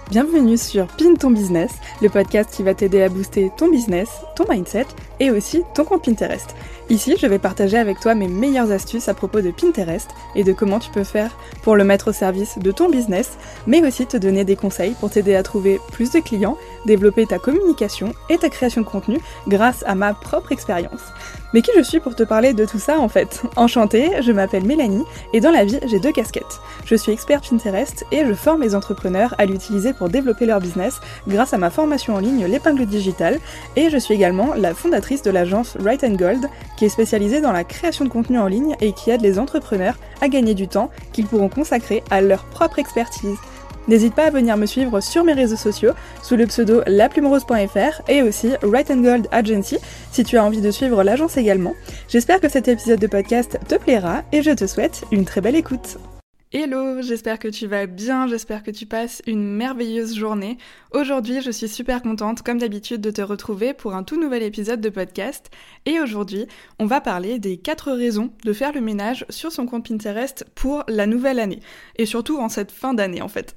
Bienvenue sur Pin ton business, le podcast qui va t'aider à booster ton business, ton mindset et aussi ton compte Pinterest. Ici, je vais partager avec toi mes meilleures astuces à propos de Pinterest et de comment tu peux faire pour le mettre au service de ton business, mais aussi te donner des conseils pour t'aider à trouver plus de clients, développer ta communication et ta création de contenu grâce à ma propre expérience. Mais qui je suis pour te parler de tout ça en fait ? Enchantée, je m'appelle Mélanie et dans la vie, j'ai 2 casquettes. Je suis experte Pinterest et je forme les entrepreneurs à l'utiliser pour développer leur business grâce à ma formation en ligne L'Épingle Digitale et je suis également la fondatrice de l'agence Right and Gold qui est spécialisée dans la création de contenu en ligne et qui aide les entrepreneurs à gagner du temps qu'ils pourront consacrer à leur propre expertise. N'hésite pas à venir me suivre sur mes réseaux sociaux sous le pseudo laplumerose.fr et aussi Right and Gold Agency si tu as envie de suivre l'agence également. J'espère que cet épisode de podcast te plaira et je te souhaite une très belle écoute. Hello, j'espère que tu vas bien, j'espère que tu passes une merveilleuse journée. Aujourd'hui, je suis super contente, comme d'habitude, de te retrouver pour un tout nouvel épisode de podcast. Et aujourd'hui, on va parler des 4 raisons de faire le ménage sur son compte Pinterest pour la nouvelle année. Et surtout en cette fin d'année, en fait.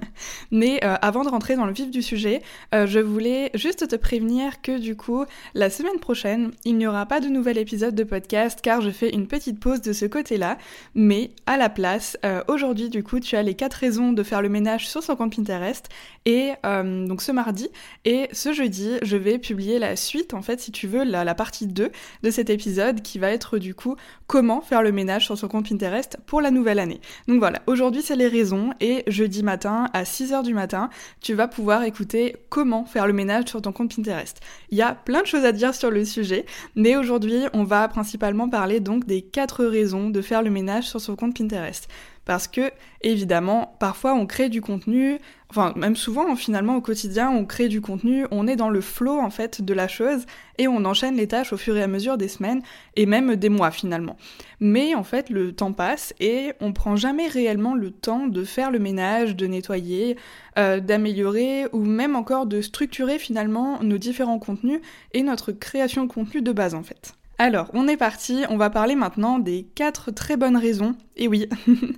Mais avant de rentrer dans le vif du sujet, je voulais juste te prévenir que du coup, la semaine prochaine, il n'y aura pas de nouvel épisode de podcast car je fais une petite pause de ce côté-là. Mais à la place, aujourd'hui, du coup, tu as les 4 raisons de faire le ménage sur son compte Pinterest et donc ce mardi et ce jeudi, je vais publier la suite, en fait, si tu veux, la partie 2 de cet épisode qui va être du coup comment faire le ménage sur son compte Pinterest pour la nouvelle année. Donc voilà, aujourd'hui, c'est les raisons et jeudi matin à 6h du matin, tu vas pouvoir écouter comment faire le ménage sur ton compte Pinterest. Il y a plein de choses à dire sur le sujet, mais aujourd'hui, on va principalement parler donc des 4 raisons de faire le ménage sur son compte Pinterest. Parce que, évidemment, parfois on crée du contenu, enfin même souvent finalement au quotidien on crée du contenu, on est dans le flow en fait de la chose et on enchaîne les tâches au fur et à mesure des semaines et même des mois finalement. Mais en fait le temps passe et on prend jamais réellement le temps de faire le ménage, de nettoyer, d'améliorer ou même encore de structurer finalement nos différents contenus et notre création de contenu de base en fait. Alors, on est parti, on va parler maintenant des 4 très bonnes raisons, et oui,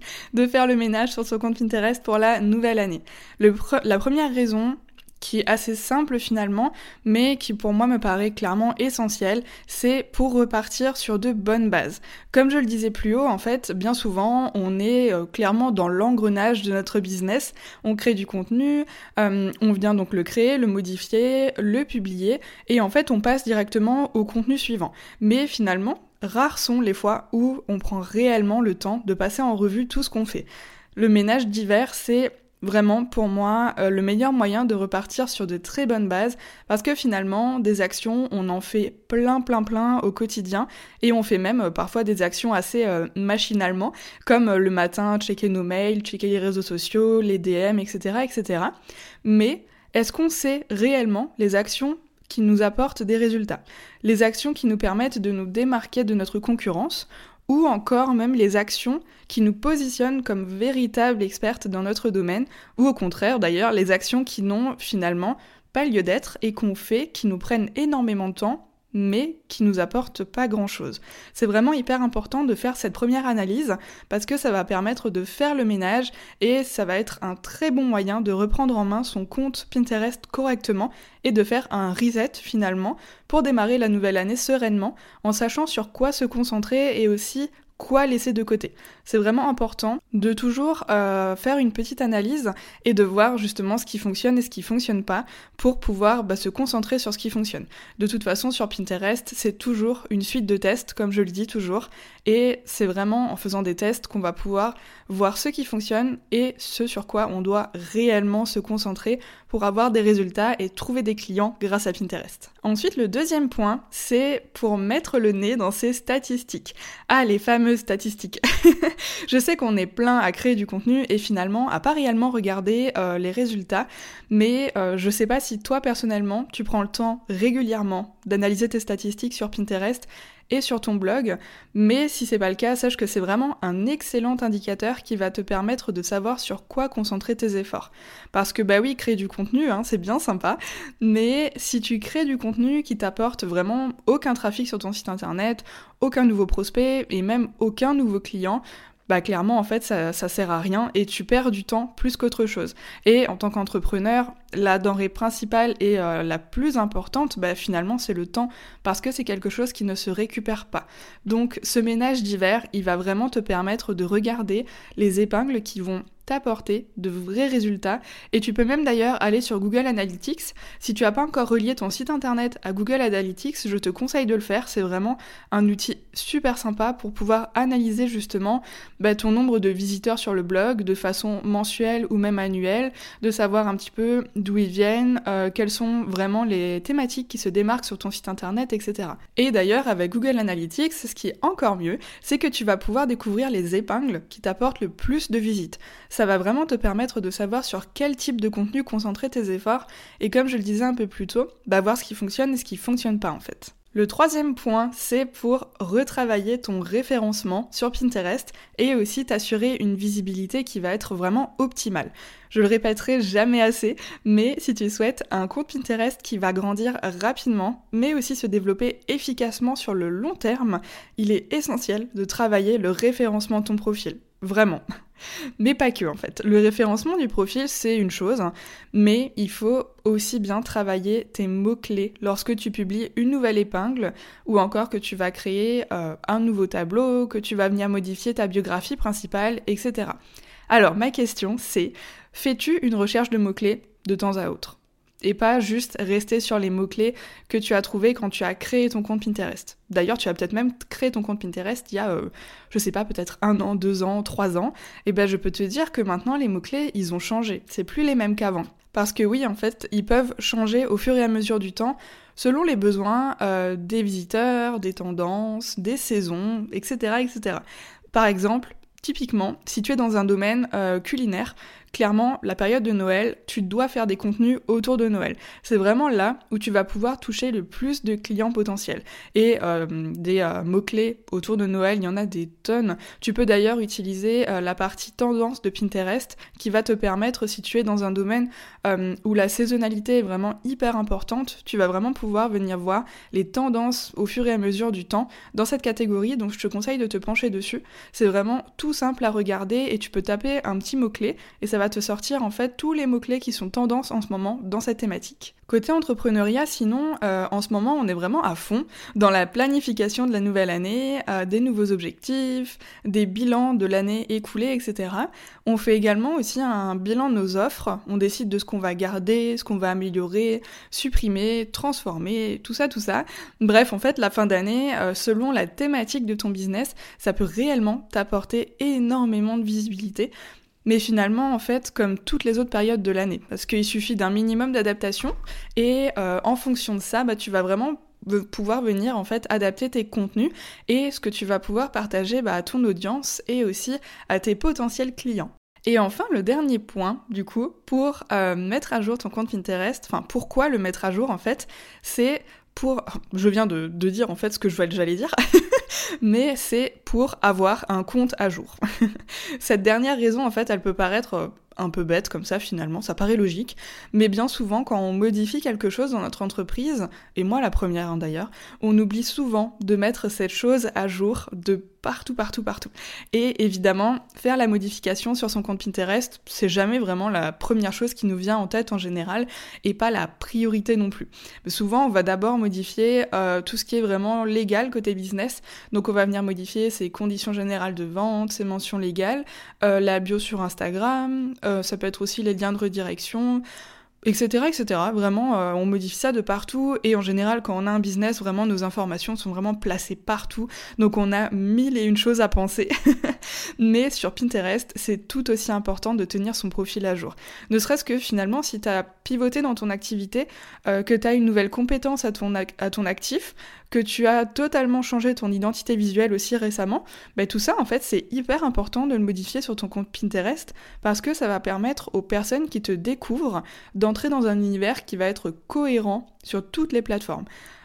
de faire le ménage sur son compte Pinterest pour la nouvelle année. La première raison, qui est assez simple finalement, mais qui pour moi me paraît clairement essentielle, c'est pour repartir sur de bonnes bases. Comme je le disais plus haut, en fait, bien souvent, on est clairement dans l'engrenage de notre business, on crée du contenu, on vient donc le créer, le modifier, le publier, et en fait, on passe directement au contenu suivant. Mais finalement, rares sont les fois où on prend réellement le temps de passer en revue tout ce qu'on fait. Le ménage d'hiver, c'est vraiment, pour moi, le meilleur moyen de repartir sur de très bonnes bases parce que finalement, des actions, on en fait plein au quotidien et on fait même parfois des actions assez machinalement comme le matin, checker nos mails, checker les réseaux sociaux, les DM, etc. Mais est-ce qu'on sait réellement les actions qui nous apportent des résultats ? Les actions qui nous permettent de nous démarquer de notre concurrence ou encore même les actions qui nous positionnent comme véritables expertes dans notre domaine, ou au contraire d'ailleurs les actions qui n'ont finalement pas lieu d'être et qu'on fait, qui nous prennent énormément de temps, mais qui nous apportent pas grand-chose. C'est vraiment hyper important de faire cette première analyse parce que ça va permettre de faire le ménage et ça va être un très bon moyen de reprendre en main son compte Pinterest correctement et de faire un reset finalement pour démarrer la nouvelle année sereinement en sachant sur quoi se concentrer et aussi quoi laisser de côté. C'est vraiment important de toujours faire une petite analyse et de voir justement ce qui fonctionne et ce qui fonctionne pas pour pouvoir se concentrer sur ce qui fonctionne. De toute façon, sur Pinterest, c'est toujours une suite de tests, comme je le dis toujours, et c'est vraiment en faisant des tests qu'on va pouvoir voir ce qui fonctionne et ce sur quoi on doit réellement se concentrer pour avoir des résultats et trouver des clients grâce à Pinterest. Ensuite, le deuxième point, c'est pour mettre le nez dans ses statistiques. Ah, les fameuses statistiques. Je sais qu'on est plein à créer du contenu et finalement à pas réellement regarder les résultats, mais je sais pas si toi personnellement, tu prends le temps régulièrement d'analyser tes statistiques sur Pinterest et sur ton blog, mais si c'est pas le cas, sache que c'est vraiment un excellent indicateur qui va te permettre de savoir sur quoi concentrer tes efforts. Parce que oui, créer du contenu, c'est bien sympa, mais si tu crées du contenu qui t'apporte vraiment aucun trafic sur ton site internet, aucun nouveau prospect et même aucun nouveau client, bah clairement en fait ça sert à rien et tu perds du temps plus qu'autre chose. Et en tant qu'entrepreneur, la denrée principale et la plus importante, bah finalement c'est le temps, parce que c'est quelque chose qui ne se récupère pas. Donc ce ménage d'hiver, il va vraiment te permettre de regarder les épingles qui vont t'apporter de vrais résultats, et tu peux même d'ailleurs aller sur Google Analytics. Si tu n'as pas encore relié ton site internet à Google Analytics, je te conseille de le faire, c'est vraiment un outil super sympa pour pouvoir analyser justement ton nombre de visiteurs sur le blog de façon mensuelle ou même annuelle, de savoir un petit peu d'où ils viennent, quelles sont vraiment les thématiques qui se démarquent sur ton site internet, etc. Et d'ailleurs avec Google Analytics, ce qui est encore mieux, c'est que tu vas pouvoir découvrir les épingles qui t'apportent le plus de visites. Ça va vraiment te permettre de savoir sur quel type de contenu concentrer tes efforts, et comme je le disais un peu plus tôt, voir ce qui fonctionne et ce qui fonctionne pas en fait. Le troisième point, c'est pour retravailler ton référencement sur Pinterest et aussi t'assurer une visibilité qui va être vraiment optimale. Je le répéterai jamais assez, mais si tu souhaites un compte Pinterest qui va grandir rapidement, mais aussi se développer efficacement sur le long terme, il est essentiel de travailler le référencement de ton profil. Vraiment. Mais pas que en fait. Le référencement du profil, c'est une chose, mais il faut aussi bien travailler tes mots-clés lorsque tu publies une nouvelle épingle, ou encore que tu vas créer un nouveau tableau, que tu vas venir modifier ta biographie principale, etc. Alors ma question c'est, fais-tu une recherche de mots-clés de temps à autre ? Et pas juste rester sur les mots-clés que tu as trouvés quand tu as créé ton compte Pinterest. D'ailleurs, tu as peut-être même créé ton compte Pinterest il y a, je sais pas, peut-être 1 an, 2 ans, 3 ans. Et je peux te dire que maintenant, les mots-clés, ils ont changé. C'est plus les mêmes qu'avant. Parce que oui, en fait, ils peuvent changer au fur et à mesure du temps, selon les besoins des visiteurs, des tendances, des saisons, etc., etc. Par exemple, typiquement, si tu es dans un domaine culinaire, clairement, la période de Noël, tu dois faire des contenus autour de Noël. C'est vraiment là où tu vas pouvoir toucher le plus de clients potentiels. Et des mots-clés autour de Noël, il y en a des tonnes. Tu peux d'ailleurs utiliser la partie tendance de Pinterest qui va te permettre, si tu es dans un domaine où la saisonnalité est vraiment hyper importante, tu vas vraiment pouvoir venir voir les tendances au fur et à mesure du temps dans cette catégorie. Donc je te conseille de te pencher dessus. C'est vraiment tout simple à regarder et tu peux taper un petit mot-clé et ça va te sortir en fait tous les mots-clés qui sont tendances en ce moment dans cette thématique. Côté entrepreneuriat, sinon, en ce moment, on est vraiment à fond dans la planification de la nouvelle année, des nouveaux objectifs, des bilans de l'année écoulée, etc. On fait également aussi un bilan de nos offres. On décide de ce qu'on va garder, ce qu'on va améliorer, supprimer, transformer, tout ça. Bref, en fait, la fin d'année, selon la thématique de ton business, ça peut réellement t'apporter énormément de visibilité. Mais finalement, en fait, comme toutes les autres périodes de l'année, parce qu'il suffit d'un minimum d'adaptation, et en fonction de ça, tu vas vraiment pouvoir venir en fait adapter tes contenus et ce que tu vas pouvoir partager à ton audience et aussi à tes potentiels clients. Et enfin, le dernier point, du coup, pour mettre à jour ton compte Pinterest, enfin, pourquoi le mettre à jour, en fait, c'est pour... Je viens de dire, en fait, ce que j'allais dire, mais c'est pour avoir un compte à jour. Cette dernière raison, en fait, elle peut paraître un peu bête comme ça finalement, ça paraît logique, mais bien souvent quand on modifie quelque chose dans notre entreprise, et moi la première d'ailleurs, on oublie souvent de mettre cette chose à jour de partout. Et évidemment, faire la modification sur son compte Pinterest, c'est jamais vraiment la première chose qui nous vient en tête en général, et pas la priorité non plus. Mais souvent, on va d'abord modifier tout ce qui est vraiment légal côté business, donc on va venir modifier ses conditions générales de vente, ses mentions légales, la bio sur Instagram, ça peut être aussi les liens de redirection, etc. Vraiment, on modifie ça de partout et en général, quand on a un business, vraiment, nos informations sont vraiment placées partout. Donc, on a 1001 choses à penser. Mais sur Pinterest, c'est tout aussi important de tenir son profil à jour. Ne serait-ce que finalement, si tu as pivoté dans ton activité, que tu as une nouvelle compétence à ton actif, que tu as totalement changé ton identité visuelle aussi récemment, tout ça, en fait, c'est hyper important de le modifier sur ton compte Pinterest parce que ça va permettre aux personnes qui te découvrent d'entrer dans un univers qui va être cohérent sur toutes les plateformes.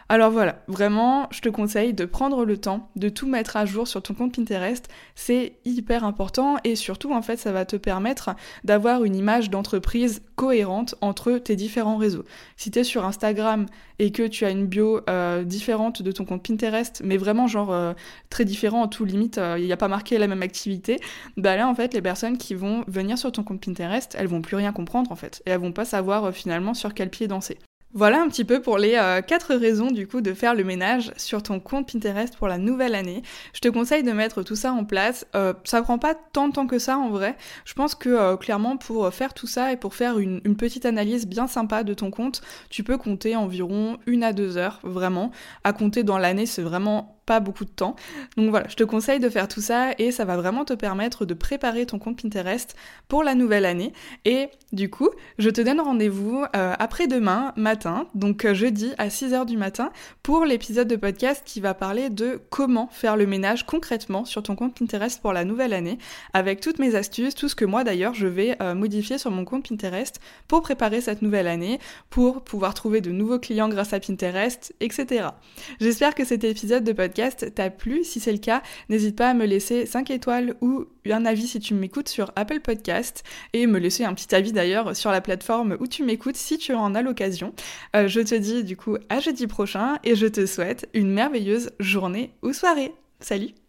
Alors voilà, vraiment, je te conseille de prendre le temps de tout mettre à jour sur ton compte Pinterest. C'est hyper important et surtout, en fait, ça va te permettre d'avoir une image d'entreprise cohérente entre tes différents réseaux. Si tu es sur Instagram et que tu as une bio différente de ton compte Pinterest, mais vraiment très différent, en tout limite, il n'y a pas marqué la même activité, bah là, en fait, les personnes qui vont venir sur ton compte Pinterest, elles vont plus rien comprendre, en fait, et elles vont pas savoir finalement sur quel pied danser. Voilà un petit peu pour les 4 raisons du coup de faire le ménage sur ton compte Pinterest pour la nouvelle année. Je te conseille de mettre tout ça en place. Ça prend pas tant de temps que ça en vrai. Je pense que clairement pour faire tout ça et pour faire une petite analyse bien sympa de ton compte, tu peux compter environ 1 à 2 heures vraiment. À compter dans l'année, c'est vraiment pas beaucoup de temps. Donc voilà, je te conseille de faire tout ça et ça va vraiment te permettre de préparer ton compte Pinterest pour la nouvelle année. Et du coup, je te donne rendez-vous après-demain matin, donc jeudi à 6h du matin, pour l'épisode de podcast qui va parler de comment faire le ménage concrètement sur ton compte Pinterest pour la nouvelle année, avec toutes mes astuces, tout ce que moi d'ailleurs je vais modifier sur mon compte Pinterest pour préparer cette nouvelle année, pour pouvoir trouver de nouveaux clients grâce à Pinterest, etc. J'espère que cet épisode de podcast t'a plu. Si c'est le cas, n'hésite pas à me laisser 5 étoiles ou un avis si tu m'écoutes sur Apple Podcast et me laisser un petit avis d'ailleurs sur la plateforme où tu m'écoutes si tu en as l'occasion. Je te dis du coup à jeudi prochain et je te souhaite une merveilleuse journée ou soirée. Salut!